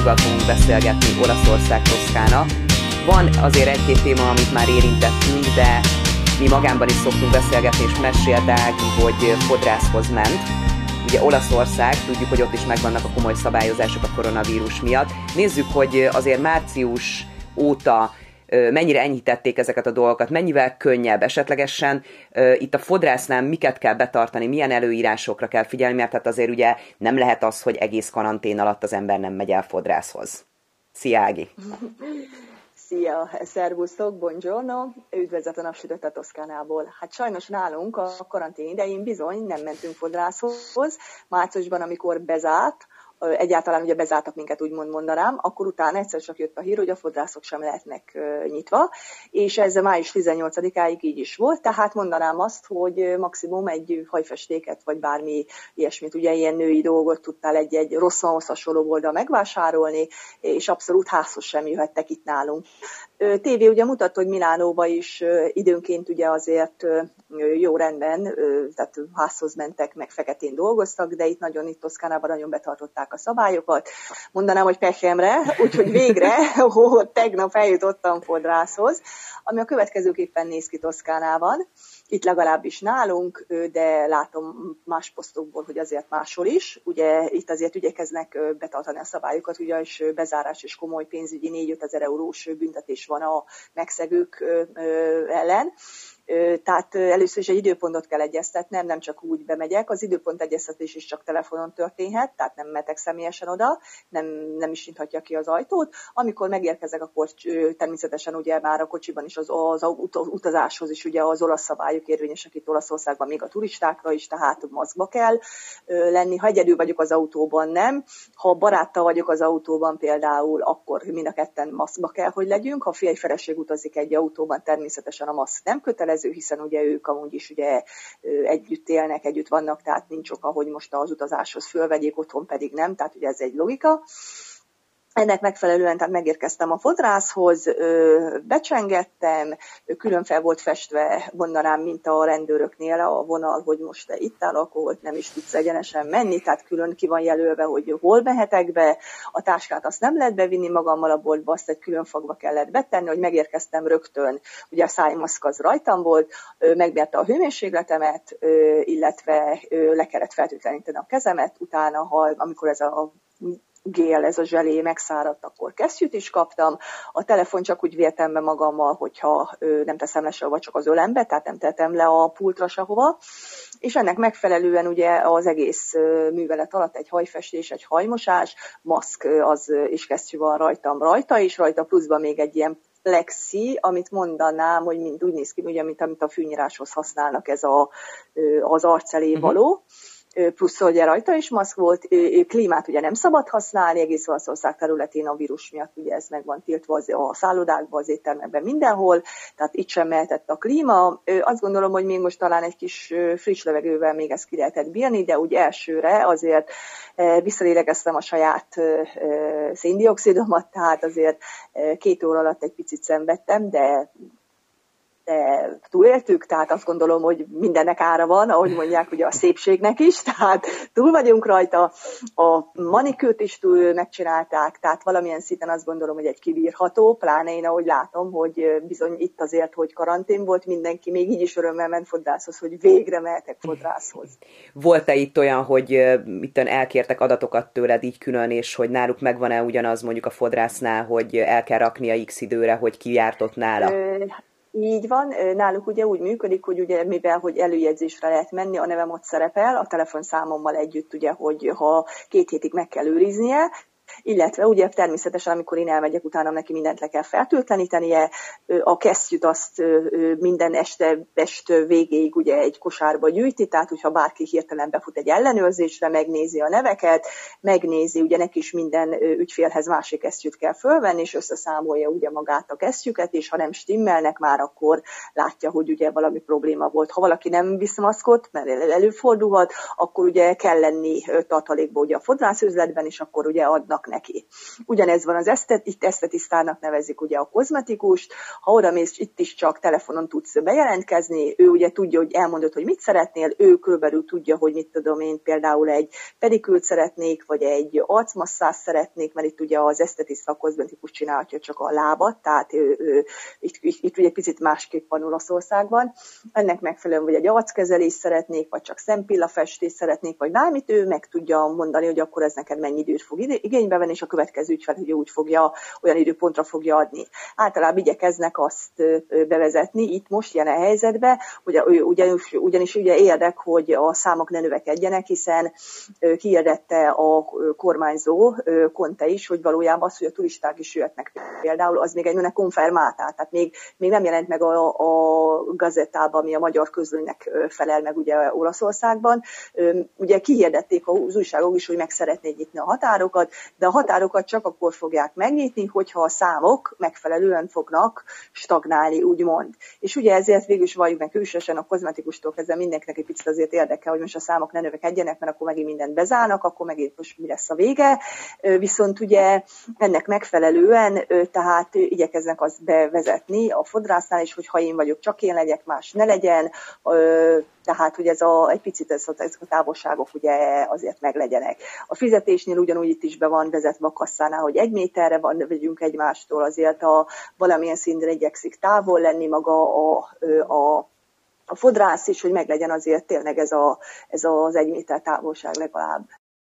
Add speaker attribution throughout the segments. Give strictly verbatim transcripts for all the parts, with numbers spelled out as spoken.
Speaker 1: Lacival fogunk beszélgetni, Olaszország, Toszkána. Van azért egy-két téma, amit már érintettünk, de mi magánban is szoktunk beszélgetni, és mesélt Ági, hogy fodrászhoz ment. Ugye Olaszország, tudjuk, hogy ott is megvannak a komoly szabályozások a koronavírus miatt. Nézzük, hogy azért március óta mennyire enyhítették ezeket a dolgokat, mennyivel könnyebb, esetlegesen uh, itt a fodrásznál miket kell betartani, milyen előírásokra kell figyelni, mert hát azért ugye nem lehet az, hogy egész karantén alatt az ember nem megy el fodrászhoz. Szia, Ági!
Speaker 2: Szia, szervusztok, buongiorno, üdvözlet a napsütött a Toszkánából. Hát sajnos nálunk a karantén idején bizony nem mentünk fodrászhoz. Márciusban, amikor bezárt, egyáltalán ugye bezártak minket, úgymond mondanám, akkor utána egyszer csak jött a hír, hogy a fodrászok sem lehetnek uh, nyitva, és ez május tizennyolcadikáig így is volt, tehát mondanám azt, hogy maximum egy hajfestéket, vagy bármi ilyesmit, ugye ilyen női dolgot tudtál egy-egy rosszalhoz hasonló oldal megvásárolni, és abszolút házhoz sem jöhettek itt nálunk. Tévé ugye mutatta, hogy Milánóba is időnként ugye azért jó rendben, tehát házhoz mentek, meg feketén dolgoztak, de itt nagyon, itt Toszkánában nagyon betartották a szabályokat. Mondanám, hogy pehemre, úgyhogy végre, ó, tegnap eljutottam fodrászhoz, ami a következőképpen néz ki Toszkánában. Itt legalábbis nálunk, de látom más posztokból, hogy azért máshol is. Ugye itt azért igyekeznek betartani a szabályokat, ugyanis bezárás és komoly pénzügyi négy-öt ezer eurós büntetés van a megszegők ellen. Tehát először is egy időpontot kell egyeztetnem, nem csak úgy bemegyek. Az időpont egyeztetés is csak telefonon történhet, tehát nem metek személyesen oda, nem, nem is nyithatja ki az ajtót. Amikor megérkezek, akkor természetesen ugye már a kocsiban is az, az utazáshoz is ugye az olasz szabályok érvényesek itt Olaszországban, még a turistákra is, tehát maszkba kell lenni. Ha egyedül vagyok az autóban, nem. Ha baráttal vagyok az autóban például, akkor mind a ketten maszkba kell, hogy legyünk. Ha férj-feleség utazik egy autóban, természetesen a maszk nem kötelező, hiszen ugye ők amúgy is ugye együtt élnek, együtt vannak, tehát nincs oka, hogy most az utazáshoz fölvegyék, otthon pedig nem, tehát ugye ez egy logika. Ennek megfelelően tehát megérkeztem a fodrászhoz, becsengettem, külön fel volt festve, mondanám, mint a rendőröknél a vonal, hogy most te itt áll, akkor nem is tudsz egyenesen menni, tehát külön ki van jelölve, hogy hol mehetek be, a táskát azt nem lehet bevinni magammal a boltba, azt egy külön fogba kellett betenni, hogy megérkeztem rögtön, ugye a szájmaszk az rajtam volt, megmérte a hőmérsékletemet, illetve le kellett fertőtleníteni a kezemet, utána, ha, amikor ez a gél, ez a zselé megszáradt, akkor kesztyűt is kaptam. A telefon csak úgy vértem be magammal, hogyha nem teszem le sehova, csak az ölembe, tehát nem tettem le a pultra sehova. És ennek megfelelően ugye az egész művelet alatt egy hajfestés, egy hajmosás, maszk az és kesztyű van rajtam rajta, és rajta pluszban még egy ilyen plexi, amit mondanám, hogy mind úgy néz ki, ugye, mint amit a fűnyíráshoz használnak, ez a, az arc elé való. Uh-huh. Plusz ugye rajta is maszk volt, klímát ugye nem szabad használni, egész Olaszország területén a vírus miatt ugye ez meg van tiltva a szállodákban, az éttermekben, mindenhol, tehát itt sem mehetett a klíma. Azt gondolom, hogy még most talán egy kis friss levegővel még ezt ki lehetett bírni, de úgy elsőre azért visszalélegeztem a saját széndioxidomat, tehát azért két óra alatt egy picit szenvedtem, de de túléltük, tehát azt gondolom, hogy mindennek ára van, ahogy mondják, ugye a szépségnek is, tehát túl vagyunk rajta, a manikűrt is túl megcsinálták, tehát valamilyen szinten azt gondolom, hogy egy kibírható, pláne én ahogy látom, hogy bizony itt azért, hogy karantén volt, mindenki még így is örömmel ment fodrászhoz, hogy végre mehetek fodrászhoz.
Speaker 1: Volt-e itt olyan, hogy itten elkértek adatokat tőled így külön, és hogy náluk megvan-e ugyanaz mondjuk a fodrásznál, hogy el kell raknia x időre, hogy ki járt ott nála? Ö,
Speaker 2: Így van, náluk ugye úgy működik, hogy ugye mivel, hogy előjegyzésre lehet menni, a nevem ott szerepel, a telefonszámommal együtt ugye, hogy ha két hétig meg kell őriznie, illetve ugye természetesen, amikor én elmegyek, utána neki mindent le kell fertőtlenítenie, a kesztyűt azt minden este, est végéig ugye egy kosárba gyűjti, tehát hogyha bárki hirtelen befut egy ellenőrzésre, megnézi a neveket, megnézi, ugye neki is minden ügyfélhez másik kesztyűt kell fölvenni, és összeszámolja ugye magát a kesztyüket, és ha nem stimmelnek már, akkor látja, hogy ugye valami probléma volt. Ha valaki nem visz maszkot, mert előfordulhat, akkor ugye kell lenni tartalékba ugye a fodrászüzletben, és akkor ugye adnak adnak neki. Ugyanez van az esztet, itt esztetisztának nevezik ugye a kozmetikust, ha oda mész, itt is csak telefonon tudsz bejelentkezni, ő ugye tudja, hogy elmondod, hogy mit szeretnél, ő körülbelül tudja, hogy mit tudom én, például egy pedikült szeretnék, vagy egy arcmasszást szeretnék, mert itt ugye az esztetiszta a kozmetikus csinálhatja csak a lábat, tehát ő, ő, itt, itt, itt ugye picit másképp van Olaszországban. Ennek megfelelően, vagy egy arckezelést szeretnék, vagy csak szempillafestést szeretnék, vagy bármit, ő meg tudja mondani, hogy akkor ez neked mennyi időt fog igénybe venni, és a következő ügyfél, hogy úgy fogja, olyan időpontra fogja adni. Általában igyekeznek azt bevezetni itt most jelen helyzetben, hogy ugyanis, ugyanis ugye érdek, hogy a számok ne növekedjenek, hiszen kihirdette a kormányzó Conte is, hogy valójában az, hogy a turisták is jöhetnek például, az még egy konfirmáltál, tehát még, még nem jelent meg a, a gazettában, ami a magyar közlönynek felel meg ugye Olaszországban. Ugye kihirdették az újságok is, hogy meg szeretnék nyitni a határokat, de a határokat csak akkor fogják megnyitni, hogyha a számok megfelelően fognak stagnálni, úgymond. És ugye ezért végül is valljuk meg külsősen a kozmetikustól kezdve mindenkinek egy picit azért érdekel, hogy most a számok ne növekedjenek, mert akkor megint mindent bezárnak, akkor megint most mi lesz a vége. Viszont ugye ennek megfelelően, tehát igyekeznek azt bevezetni a fodrásznál is, hogy ha én vagyok, csak én legyek, más ne legyen, tehát hogy ez a, egy picit ez a, ezek a távolságok ugye azért meglegyenek. A fizetésnél ugyanúgy itt is be van vezetve a kasszánál, hogy egy méterre van, vegyünk egymástól, azért a valamilyen szintre igyekszik távol lenni maga a, a, a fodrász is, hogy meglegyen azért tényleg ez, a, ez az egy méter távolság legalább.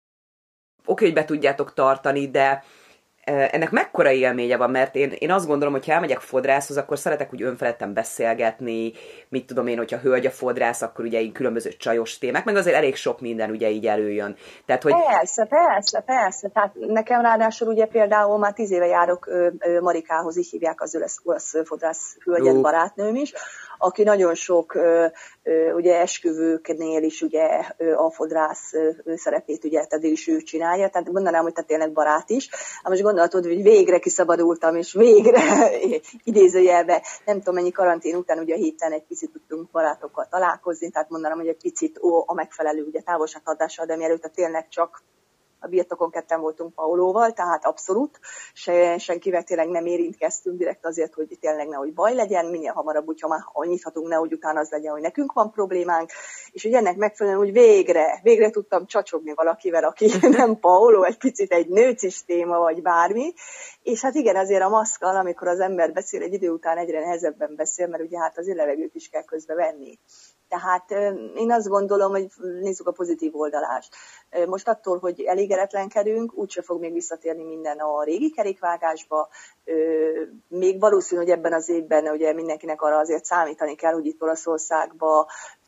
Speaker 1: Oké, hogy be tudjátok tartani, de ennek mekkora élménye van, mert én, én azt gondolom, hogy ha elmegyek fodrászhoz, akkor szeretek úgy önfeledten beszélgetni, mit tudom én, hogyha hölgy a fodrász, akkor ugye így különböző csajos témák, meg azért elég sok minden ugye így előjön. Tehát, hogy...
Speaker 2: Persze, persze, persze. Tehát nekem ráadásul ugye például már tíz éve járok ö, ö, Marikához, így hívják az olasz, olasz fodrász hölgyet, uh. barátnőm is, aki nagyon sok ö, ö, ugye esküvőknél is ugye ö, a fodrász ö, szerepét ugye, tehát is ő csinálja, tehát mondanám, hogy te tényleg barát is. Most gondolatod, hogy végre kiszabadultam, és végre idézőjelbe, nem tudom mennyi karantén után ugye a héten egy picit tudtunk barátokkal találkozni, tehát mondanám, hogy egy picit ó, a megfelelő ugye távolságtartással, de mielőtt tényleg csak a birtokon ketten voltunk Paolóval, tehát abszolút, se, senkivel tényleg nem érintkeztünk direkt azért, hogy tényleg nehogy baj legyen, minél hamarabb, hogyha már nyithatunk, nehogy utána az legyen, hogy nekünk van problémánk, és hogy ennek megfelelően, hogy végre, végre tudtam csacsogni valakivel, aki nem Paoló, egy picit egy nőcis téma, vagy bármi, és hát igen, azért a maszkkal, amikor az ember beszél, egy idő után egyre nehezebben beszél, mert ugye hát azért levegőt is kell közbe venni. Tehát én azt gondolom, hogy nézzük a pozitív oldalást. Most attól, hogy elégedetlenkedünk, úgyse fog még visszatérni minden a régi kerékvágásba. Még valószínű, hogy ebben az évben ugye mindenkinek arra azért számítani kell, hogy itt Olaszországban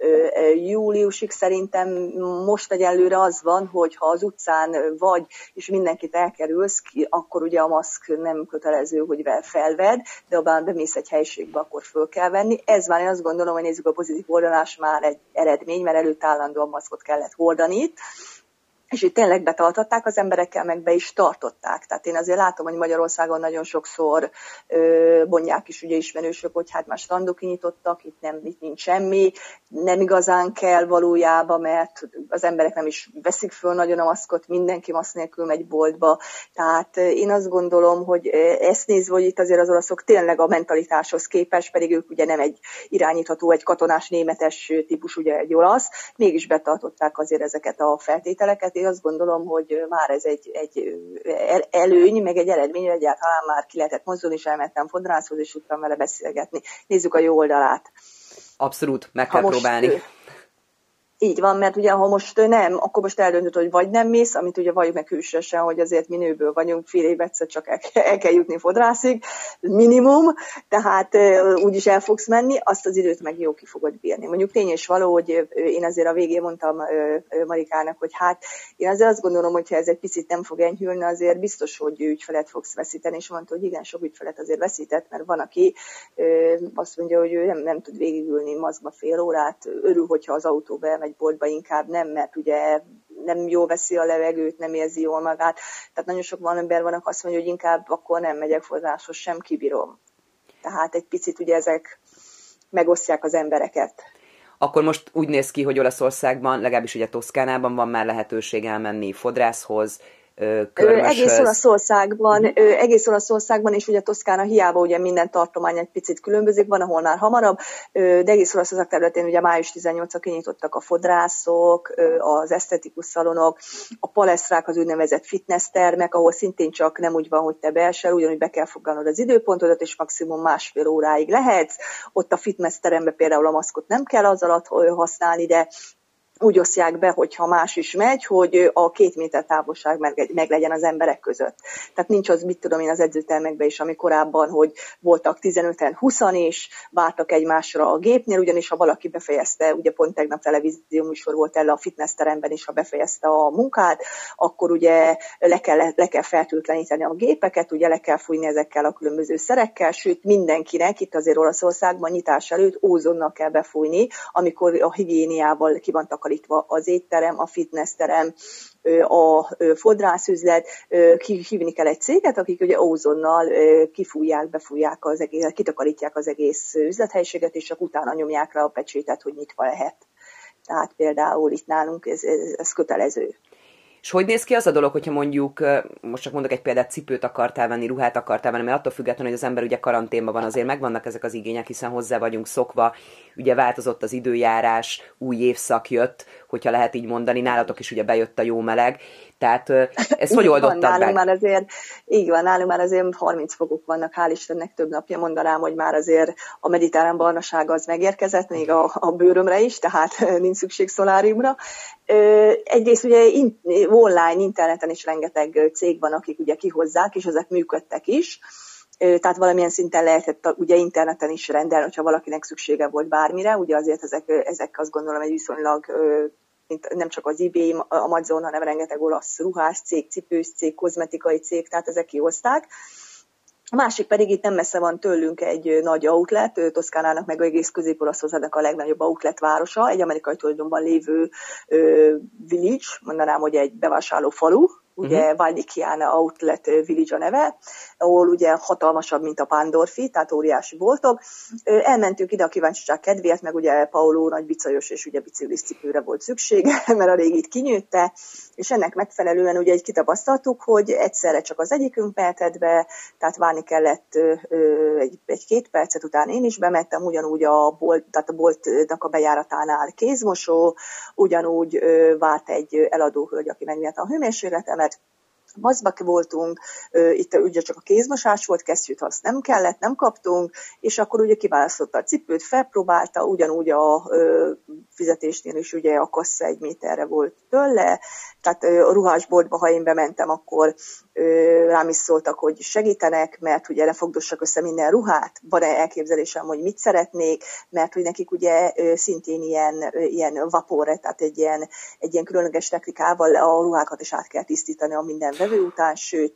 Speaker 2: júliusig szerintem most egyelőre az van, hogy ha az utcán vagy, és mindenkit elkerülsz, akkor ugye a maszk nem kötelező, hogy felvedd, de ha bár bemész egy helyiségbe, akkor föl kell venni. Ez már én azt gondolom, hogy nézzük a pozitív oldalás már egy eredmény, mert előtt állandóan maszkot kellett hordani itt. És itt tényleg betartották az emberekkel, meg be is tartották. Tehát én azért látom, hogy Magyarországon nagyon sokszor ö, mondják is ugye ismerősök, hogy hát már strandok kinyitottak, itt, nem, itt nincs semmi, nem igazán kell valójában, mert az emberek nem is veszik föl nagyon a maszkot, mindenki maszk nélkül megy boltba. Tehát én azt gondolom, hogy ezt nézve, hogy itt azért az olaszok tényleg a mentalitáshoz képes, pedig ők ugye nem egy irányítható, egy katonás németes típus, ugye egy olasz, mégis betartották azért ezeket a feltételeket. Én azt gondolom, hogy már ez egy, egy előny, meg egy eredmény, hogy egyáltalán már ki lehetett mozdulni, és elmentem fodrászhoz, és tudtam vele beszélgetni. Nézzük a jó oldalát.
Speaker 1: Abszolút, meg kell próbálni. Most,
Speaker 2: így van, mert ugye ha most nem, akkor most eldöntöd, hogy vagy nem mész, amit ugye valljuk meg külsősen, hogy azért mi nőből vagyunk, fél év egyszer csak el, el kell jutni fodrászig, minimum, tehát úgyis el fogsz menni, azt az időt meg jó ki fogod bírni. Mondjuk tény és való, hogy én azért a végén mondtam Marikának, hogy hát én azért azt gondolom, hogy ha ez egy picit nem fog enyhülni, azért biztos, hogy ügyfelet fogsz veszíteni, és mondta, hogy igen, sok ügyfelet azért veszített, mert van, aki azt mondja, hogy ő nem, nem tud végigülni maszkba fél órát, örül, hogyha az autóba elmegy boltba, inkább nem, mert ugye nem jól veszi a levegőt, nem érzi jól magát. Tehát nagyon sok van ember van, azt mondja, hogy inkább akkor nem megyek fodrászhoz, sem kibírom. Tehát egy picit ugye ezek megosztják az embereket.
Speaker 1: Akkor most úgy néz ki, hogy Olaszországban, legalábbis ugye Toszkánában van már lehetőség elmenni fodrászhoz, körmöshöz.
Speaker 2: Egész Olaszországban, uh-huh. egész Olaszországban, és ugye Toszkána hiába ugye minden tartomány egy picit különbözik, van, ahol már hamarabb, de egész Olaszország területén ugye május tizennyolcadikán kinyitottak a fodrászok, az esztetikus szalonok, a palesztrák, az úgynevezett fitness termek, ahol szintén csak nem úgy van, hogy te beesel, ugyanúgy be kell foglalnod az időpontodat, és maximum másfél óráig lehetsz. Ott a fitness teremben például a maszkot nem kell az alatt használni, de úgy osztják be, hogyha más is megy, hogy a két méter távolság meg, meg legyen az emberek között. Tehát nincs az, mit tudom én, az edzőtermekben is, ami korábban, hogy voltak tizenöten, húszan is, vártak egymásra a gépnél, ugyanis ha valaki befejezte, ugye pont tegnap televízió műsor volt el a fitness teremben is, ha befejezte a munkát, akkor ugye le kell, le kell fertőtleníteni a gépeket, ugye le kell fújni ezekkel a különböző szerekkel, sőt mindenkinek, itt azért Olaszországban nyitás előtt ózonnal kell befújni, amikor a higiéniával ki van takarítva az étterem, a fitnessterem, a fodrászüzlet, hívni kell egy céget, akik ugye ózonnal kifújják, befújják az egész, kitakarítják az egész üzlethelyiséget, és csak utána nyomják rá a pecsétet, hogy nyitva lehet. Tehát például itt nálunk ez, ez, ez kötelező.
Speaker 1: És hogy néz ki az a dolog, hogyha mondjuk, most csak mondok egy példát, cipőt akartál venni, ruhát akartál venni, mert attól függetlenül, hogy az ember ugye karanténban van, azért megvannak ezek az igények, hiszen hozzá vagyunk szokva, ugye változott az időjárás, új évszak jött, hogyha lehet így mondani, nálatok is ugye bejött a jó meleg, tehát ezt hogy oldottad meg?
Speaker 2: Már azért, így van, nálunk már azért harminc fokok vannak, hál' Istennek több napja mondanám, hogy már azért a mediterrán barnaság az megérkezett, még a, a bőrömre is, tehát nincs szükség szoláriumra. Egyrészt ugye in, online, interneten is rengeteg cég van, akik ugye kihozzák, és ezek működtek is. Tehát valamilyen szinten lehetett ugye interneten is rendelni, hogyha valakinek szüksége volt bármire. Ugye azért ezek, ezek azt gondolom egy viszonylag nem csak az eBay, Amazon, hanem rengeteg olasz ruhás cég, cipős cég, kozmetikai cég, tehát ezek kihozták. A másik pedig itt nem messze van tőlünk egy nagy outlet, Toszkánának meg egész Közép-Olaszországnak a legnagyobb outlet városa, egy amerikai tulajdonban lévő village, mondanám, hogy egy bevásárló falu, ugye uh-huh. Val di Chiana Outlet Village a neve, ahol ugye hatalmasabb, mint a Pandorfi, tehát óriási boltok. Elmentünk ide a kíváncsiság kedvéért, meg ugye Paolo nagy bicajos és ugye biciklis cipőre volt szüksége, mert a régit kinyőtte, és ennek megfelelően ugye egy kitapasztaltuk, hogy egyszerre csak az egyikünk mehetett be, tehát várni kellett egy, egy-két percet, utána én is bemettem, ugyanúgy a bolt, tehát a boltnak a bejáratánál kézmosó, ugyanúgy várt egy eladó hölgy, aki megmérte a hőmérsékletemet, maszkba voltunk, itt ugye csak a kézmosás volt, kesztyűt azt nem kellett, nem kaptunk, és akkor ugye kiválasztotta a cipőt, felpróbálta, ugyanúgy a fizetésnél is ugye a kassa egy méterre volt tőle, tehát a ruhásboltba, ha én bementem, akkor rám is szóltak, hogy segítenek, mert ugye lefogdossak össze minden ruhát, van-e elképzelésem, hogy mit szeretnék, mert hogy nekik ugye szintén ilyen, ilyen vaporre, tehát egy ilyen, egy ilyen különleges technikával a ruhákat is át kell tisztítani a minden vevő után, sőt,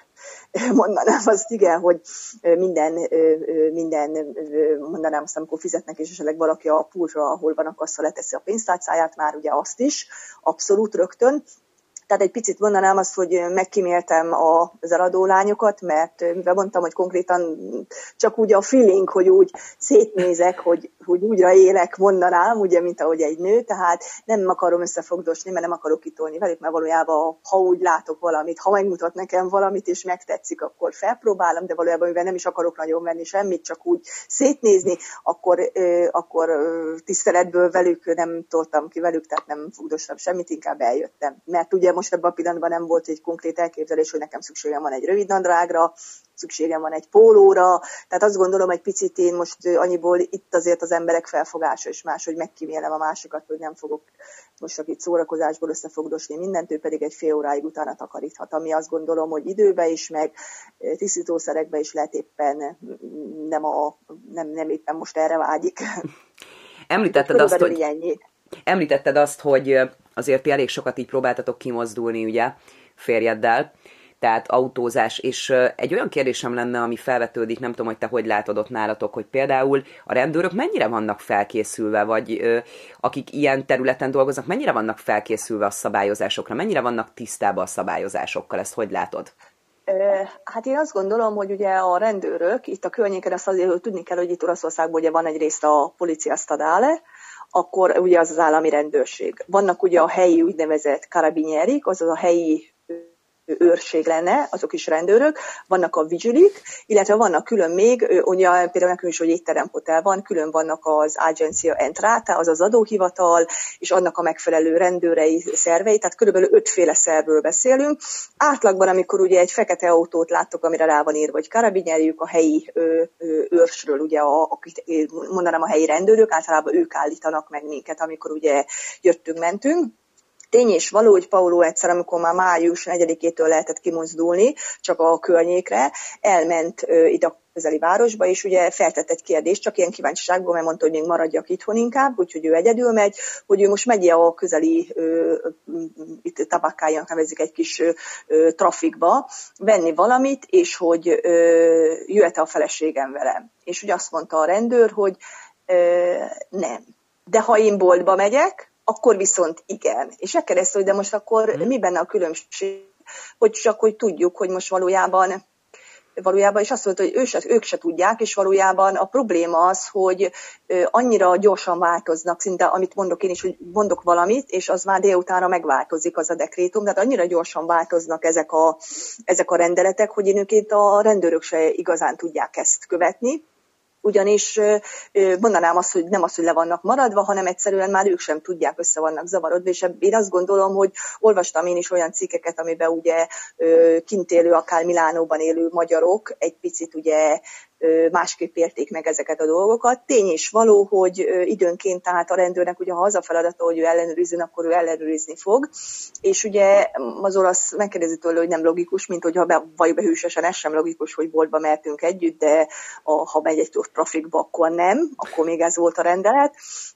Speaker 2: mondanám azt igen, hogy minden, minden mondanám azt, amikor fizetnek, és esetleg valaki a pultra, ahol van a kassa, leteszi a pénztárcáját, már ugye azt is, abszolút rögtön. Tehát egy picit mondanám azt, hogy megkíméltem az eladó lányokat, mert mivel mondtam, hogy konkrétan csak úgy a feeling, hogy úgy szétnézek, hogy, hogy úgyra élek, mondanám, ugye, mint ahogy egy nő, tehát nem akarom összefogdosni, mert nem akarok kitolni velük, mert valójában, ha úgy látok valamit, ha megmutat nekem valamit, és megtetszik, akkor felpróbálom, de valójában, mivel nem is akarok nagyon venni semmit, csak úgy szétnézni, akkor, akkor tiszteletből velük nem toltam ki velük, tehát nem fogdostam semmit, inkább eljöttem. Mert ugye most ebben a pillanatban nem volt egy konkrét elképzelés, hogy nekem szükségem van egy rövid nadrágra, szükségem van egy pólóra, tehát azt gondolom, egy picit én most annyiból itt azért az emberek felfogása is más, hogy megkímélem a másikat, hogy nem fogok most csak itt szórakozásból összefogdosni mindent, ő pedig egy fél óráig utána takaríthat, ami azt gondolom, hogy időbe is, meg tisztítószerekbe is lehet éppen nem, a, nem, nem éppen most erre vágyik.
Speaker 1: Említetted azt, hogy... Említetted azt, hogy azért elég sokat így próbáltatok kimozdulni, ugye, férjeddel, tehát autózás, és egy olyan kérdésem lenne, ami felvetődik, nem tudom, hogy te hogy látod ott nálatok, hogy például a rendőrök mennyire vannak felkészülve, vagy akik ilyen területen dolgoznak, mennyire vannak felkészülve a szabályozásokra, mennyire vannak tisztában a szabályozásokkal, ezt hogy látod?
Speaker 2: Hát én azt gondolom, hogy ugye a rendőrök, itt a környéken azt azért hogy tudni kell, hogy itt Olaszországban ugye van egyrészt a Polizia Stradale, akkor ugye az az állami rendőrség. Vannak ugye a helyi úgynevezett carabinierik, azaz a helyi őrség lenne, azok is rendőrök, vannak a vigilik, illetve vannak külön még, ugye például nekünk is, hogy étteremhotel van, külön vannak az Agencia Entrata, az az adóhivatal, és annak a megfelelő rendőrei szervei, tehát körülbelül ötféle szervről beszélünk. Átlagban, amikor ugye egy fekete autót láttok, amire rá van írva, hogy karabinjerjük, a helyi ö, ö, őrsről, ugye, a, akit mondanám a helyi rendőrök, általában ők állítanak meg minket, amikor ugye jöttünk, mentünk. Tény és való, hogy Paulo egyszer, amikor már május negyedikétől lehetett kimozdulni, csak a környékre, elment ö, ide a közeli városba, és ugye feltett egy kérdést, csak ilyen kíváncsiságból, mert mondta, hogy még maradjak itthon inkább, úgyhogy ő egyedül megy, hogy ő most megy a közeli, ö, itt Tabakájának nevezik egy kis ö, trafikba, venni valamit, és hogy ö, jöhet-e a feleségem velem. És ugye azt mondta a rendőr, hogy ö, nem. De ha én boltba megyek, akkor viszont igen. És megkérdezte, hogy de most akkor hmm. mi benne a különbség, hogy csak hogy tudjuk, hogy most valójában, valójában és azt mondta, hogy ő se, ők se tudják, és valójában a probléma az, hogy annyira gyorsan változnak, szinte amit mondok én is, hogy mondok valamit, és az már délutánra megváltozik az a dekrétum, tehát annyira gyorsan változnak ezek a, ezek a rendeletek, hogy én a rendőrök se igazán tudják ezt követni. Ugyanis mondanám azt, hogy nem az, hogy le vannak maradva, hanem egyszerűen már ők sem tudják, össze vannak zavarodva, és én azt gondolom, hogy olvastam én is olyan cikkeket, amiben ugye kint élő, akár Milánóban élő magyarok egy picit ugye másképp érték meg ezeket a dolgokat. Tény és való, hogy időnként tehát a rendőrnek ugye ha az a feladata, hogy ő ellenőrizzön, akkor ő ellenőrizni fog. És ugye az olasz megkérdezi tőle, hogy nem logikus, mint hogyha be, vagy be hűsösen, ez sem logikus, hogy boltba mehetünk együtt, de a, ha megy egy trafikba, akkor nem, akkor még ez volt a rendelet.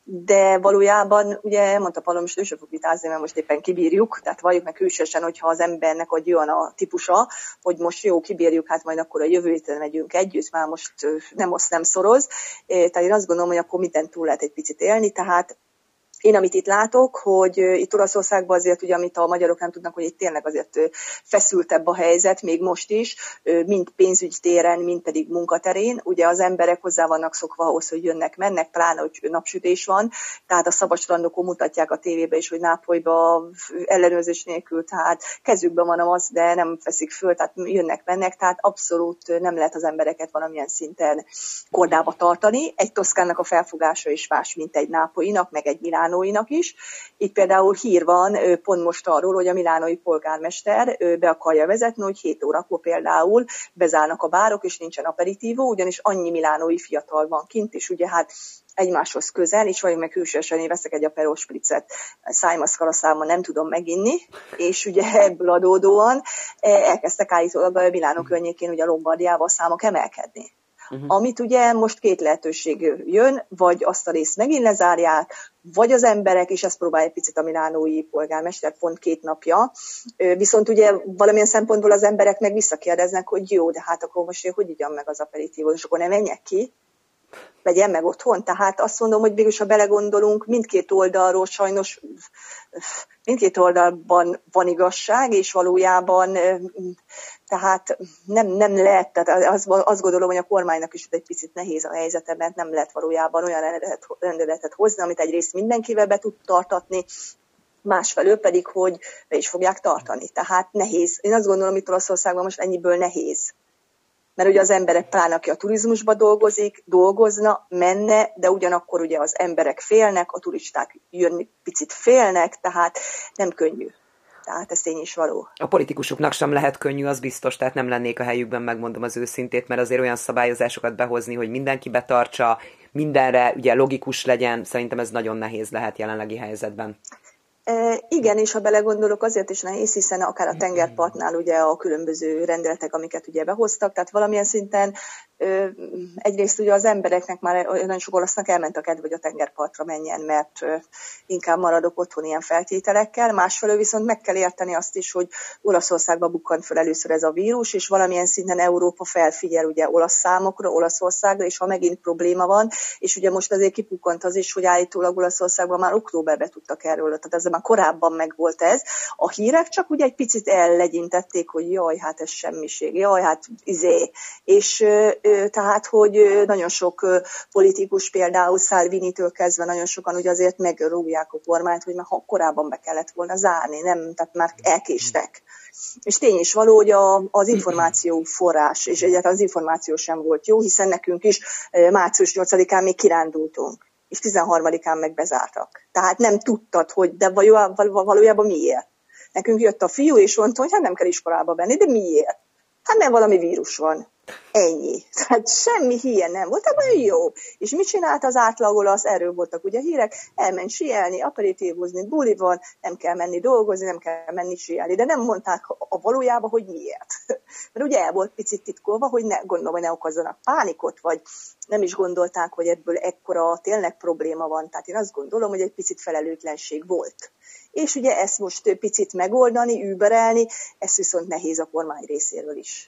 Speaker 2: De valójában ugye mondta Palom, most ő sem fog vitázni, mert most éppen kibírjuk, tehát valljuk meg hűsösen, hogyha az embernek egy olyan a típusa, hogy most jó, kibírjuk, hát majd akkor a jövő héten megyünk együtt, már most nem osz, nem szoroz. Tehát én azt gondolom, hogy akkor mindent túl lehet egy picit élni, tehát én, amit itt látok, hogy itt Olaszországban azért, ugye, amit a magyarok nem tudnak, hogy itt tényleg azért feszültebb a helyzet, még most is, mind pénzügyi téren, mind pedig munkaterén. Ugye az emberek hozzá vannak szokva ahhoz, hogy jönnek, mennek, pláne, hogy napsütés van, tehát a szabadstrandokon mutatják a tévébe is, hogy Nápolyba ellenőrzés nélkül, tehát kezükben van az, de nem veszik föl, tehát jönnek, mennek, tehát abszolút nem lehet az embereket valamilyen szinten kordába tartani. Egy Toszkánnak a felfogása is más, mint egy nápolyinak, meg egy Milánó is. Itt például hír van pont most arról, hogy a milánói polgármester be akarja vezetni, hogy hét órakor például bezárnak a bárok, és nincsen aperitívó, ugyanis annyi milánói fiatal van kint, és ugye hát egymáshoz közel, és vagyunk meg hűsösen, én veszek egy Aperol Spritzet, szájmaszkalaszámmal nem tudom meginni, és ugye ebből adódóan elkezdtek állítólag a Milánó környékén, ugye a Lombardiával számok emelkedni. Uh-huh. Amit ugye most két lehetőség jön, vagy azt a részt megint lezárják, vagy az emberek, és ezt próbálja picit a milánói polgármester pont két napja, viszont ugye valamilyen szempontból az emberek meg visszakérdeznek, hogy jó, de hát akkor most hogy igyam meg az aperitívot, és akkor ne menjek ki, vegyem meg otthon. Tehát azt mondom, hogy végülis, ha belegondolunk, mindkét oldalról sajnos, mindkét oldalban van igazság, és valójában tehát nem, nem lehet, tehát azt, azt gondolom, hogy a kormánynak is egy picit nehéz a helyzete, mert nem lehet valójában olyan rendeletet, rendeletet hozni, amit egyrészt mindenkivel be tud tartatni, másfelől pedig, hogy be is fogják tartani. Tehát nehéz. Én azt gondolom, hogy Olaszországban most ennyiből nehéz. Mert ugye az emberek, pláne aki a turizmusba dolgozik, dolgozna, menne, de ugyanakkor ugye az emberek félnek, a turisták jönni picit félnek, tehát nem könnyű. Tehát ez tény is való.
Speaker 1: A politikusoknak sem lehet könnyű, az biztos, tehát nem lennék a helyükben, megmondom az őszintét, mert azért olyan szabályozásokat behozni, hogy mindenki betartsa, mindenre ugye logikus legyen, szerintem ez nagyon nehéz lehet jelenlegi helyzetben.
Speaker 2: E, igen, és ha belegondolok, azért is nehéz, hiszen akár a tengerpartnál ugye a különböző rendeletek, amiket ugye behoztak, tehát valamilyen szinten ö, egyrészt ugye az embereknek már nagyon sok olasznak elment a kedv, hogy a tengerpartra menjen, mert ö, inkább maradok otthon ilyen feltételekkel, másfelől viszont meg kell érteni azt is, hogy Olaszországban bukkant fel először ez a vírus, és valamilyen szinten Európa felfigyel ugye olasz számokra, Olaszországra, és ha megint probléma van, és ugye most azért kipukkant az is, hogy állítólag Olaszországban már októberben tudtak erről, tehát ez már korábban megvolt ez. A hírek csak ugye egy picit ellegyintették, hogy jaj, hát ez semmiség, jaj, hát izé. És tehát, hogy nagyon sok politikus, például Salvinitől kezdve nagyon sokan ugye azért megrúgják a kormányt, hogy már korábban be kellett volna zárni, nem, tehát már elkéstek. És tény is való, hogy a, az információ forrás, és egyáltalán az információ sem volt jó, hiszen nekünk is március nyolcadikán még kirándultunk, és tizenharmadikán meg bezártak. Tehát nem tudtad, hogy de valójában miért. Nekünk jött a fiú, és mondta, hogy hát nem kell iskolába menni, de miért? Hát mert valami vírus van. Ennyi. Tehát semmi híje nem volt, de jó. És mit csinált az átlag olasz? Erről voltak ugye hírek, elment síelni, aperitívozni, buli van, nem kell menni dolgozni, nem kell menni síelni. De nem mondták a valójában, hogy miért. Mert ugye el volt picit titkolva, hogy ne, gondolom, hogy ne okozzanak pánikot, vagy nem is gondolták, hogy ebből ekkora tényleg probléma van. Tehát én azt gondolom, hogy egy picit felelőtlenség volt. És ugye ezt most picit megoldani, überelni, ez viszont nehéz a kormány részéről is.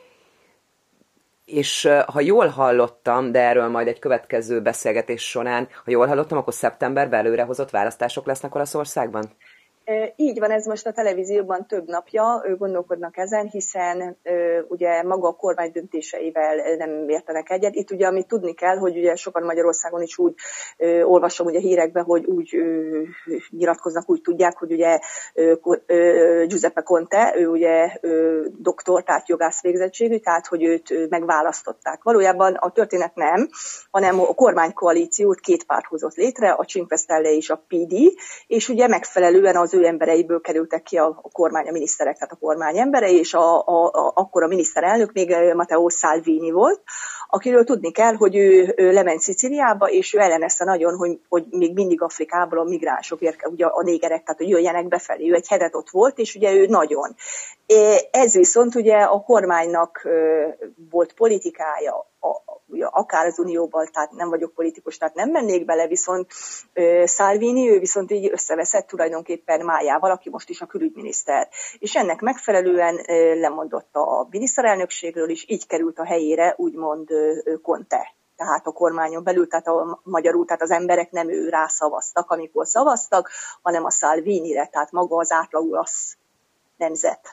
Speaker 1: És ha jól hallottam, de erről majd egy következő beszélgetés során, ha jól hallottam, akkor szeptemberben előrehozott választások lesznek Olaszországban?
Speaker 2: Így van, ez most a televízióban több napja gondolkodnak ezen, hiszen ugye maga a kormány döntéseivel nem értenek egyet. Itt ugye, amit tudni kell, hogy ugye sokan Magyarországon is úgy ö, olvasom ugye hírekben, hogy úgy ö, nyilatkoznak, úgy tudják, hogy ugye ö, ö, Giuseppe Conte, ő ugye ö, doktor, tehát jogász végzettségű, tehát hogy őt ö, megválasztották. Valójában a történet nem, hanem a kormánykoalíciót két párt hozott létre, a Cinque Stelle és a pé dé, és ugye megfelelően az ő embereiből kerültek ki a, a kormány, a miniszterek, tehát a kormány emberei, és a, a, a, akkor a miniszterelnök még Matteo Salvini volt, akiről tudni kell, hogy ő, ő lement Szicíliába, és ő ellenezte nagyon, hogy, hogy még mindig Afrikából a migránsok érke, ugye a négerek, tehát hogy jöjjenek befelé. Ő egy hetet ott volt, és ugye ő nagyon. Ez viszont ugye a kormánynak volt politikája, akár az Unióban, tehát nem vagyok politikus, tehát nem mennék bele, viszont Salvini, ő viszont így összeveszett tulajdonképpen Májával, aki most is a külügyminiszter. És ennek megfelelően lemondott a miniszterelnökségről, és így került a helyére úgymond Conte. Tehát a kormányon belül, tehát a magyarul, tehát az emberek nem ő rá szavaztak, amikor szavaztak, hanem a Salvinire, tehát maga az átlag olasz nemzet.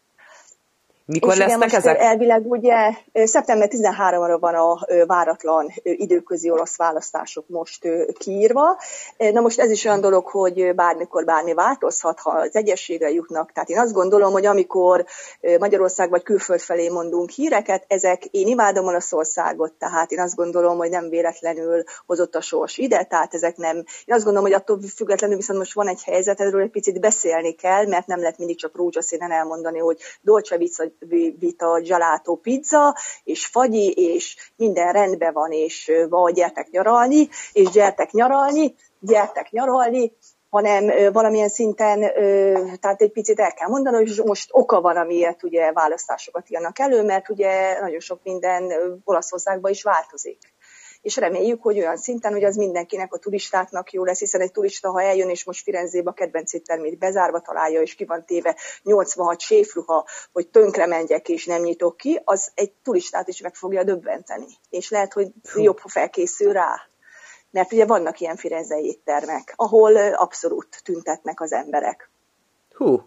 Speaker 1: Mikor
Speaker 2: és
Speaker 1: lesznek
Speaker 2: igen,
Speaker 1: ezek?
Speaker 2: Elvileg ugye szeptember tizenharmadikán van a váratlan időközi olasz választások most kiírva. Na most ez is olyan dolog, hogy bármikor bármi változhat, ha az egyességre jutnak. Tehát én azt gondolom, hogy amikor Magyarország vagy külföld felé mondunk híreket, ezek, én imádom Olaszországot, tehát én azt gondolom, hogy nem véletlenül hozott a sors ide, tehát ezek nem. Én azt gondolom, hogy attól függetlenül viszont most van egy helyzet, erről egy picit beszélni kell, mert nem lehet mindig csak rózsaszínen elmondani, hogy dolce vita, gelato, pizza, és fagyi, és minden rendben van, és vagy gyertek nyaralni, és gyertek nyaralni, gyertek nyaralni, hanem valamilyen szinten, tehát egy picit el kell mondani, hogy most oka van, amiért ugye választásokat írnak elő, mert ugye nagyon sok minden Olaszországban is változik. És reméljük, hogy olyan szinten, hogy az mindenkinek, a turistáknak jó lesz, hiszen egy turista, ha eljön, és most Firenzébe a kedvenc éttermét bezárva találja, és ki van téve nyolcvanhat séfruha, hogy tönkre menjek, és nem nyitok ki, az egy turistát is meg fogja döbbenteni. És lehet, hogy jobb, ha felkészül rá. Mert ugye vannak ilyen firenzei éttermek, ahol abszolút tüntetnek az emberek.
Speaker 1: Hú.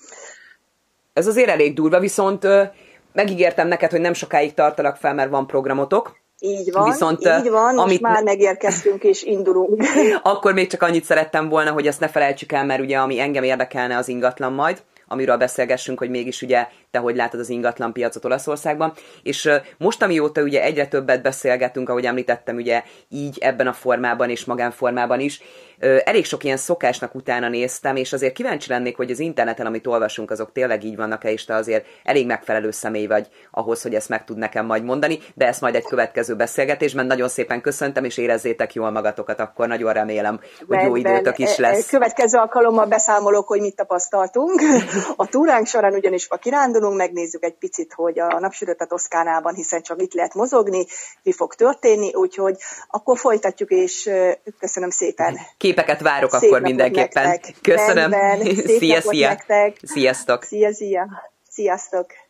Speaker 1: Ez azért elég durva, viszont megígértem neked, hogy nem sokáig tartalak fel, mert van programotok.
Speaker 2: Így van, Viszont, így van, most amit... már megérkeztünk és indulunk.
Speaker 1: Akkor még csak annyit szerettem volna, hogy ezt ne felejtsük el, mert ugye ami engem érdekelne az ingatlan majd, amiről beszélgessünk, hogy mégis ugye te hogy látod az ingatlan piacot Olaszországban. És most, amióta ugye egyre többet beszélgetünk, ahogy említettem, ugye így ebben a formában és magánformában is, elég sok ilyen szokásnak utána néztem, és azért kíváncsi lennék, hogy az interneten, amit olvasunk, azok tényleg így vannak-e, és te azért elég megfelelő személy vagy ahhoz, hogy ezt meg tud nekem majd mondani, de ezt majd egy következő beszélgetésben. Nagyon szépen köszöntöm, és érezzétek jól magatokat, akkor nagyon remélem, hogy jó időtök is lesz.
Speaker 2: Következő alkalommal beszámolok, hogy mit tapasztaltunk. A túránk során ugyanis ma kirándulunk, megnézzük egy picit, hogy a napsütötte Toszkánában, hiszen csak itt lehet mozogni, mi fog történni, úgyhogy akkor folytatjuk, és köszönöm szépen.
Speaker 1: Képeket várok Szép akkor mindenképpen.
Speaker 2: Nektek.
Speaker 1: Köszönöm.
Speaker 2: Szia, szia.
Speaker 1: Sziasztok.
Speaker 2: Szia, szia. Sziasztok.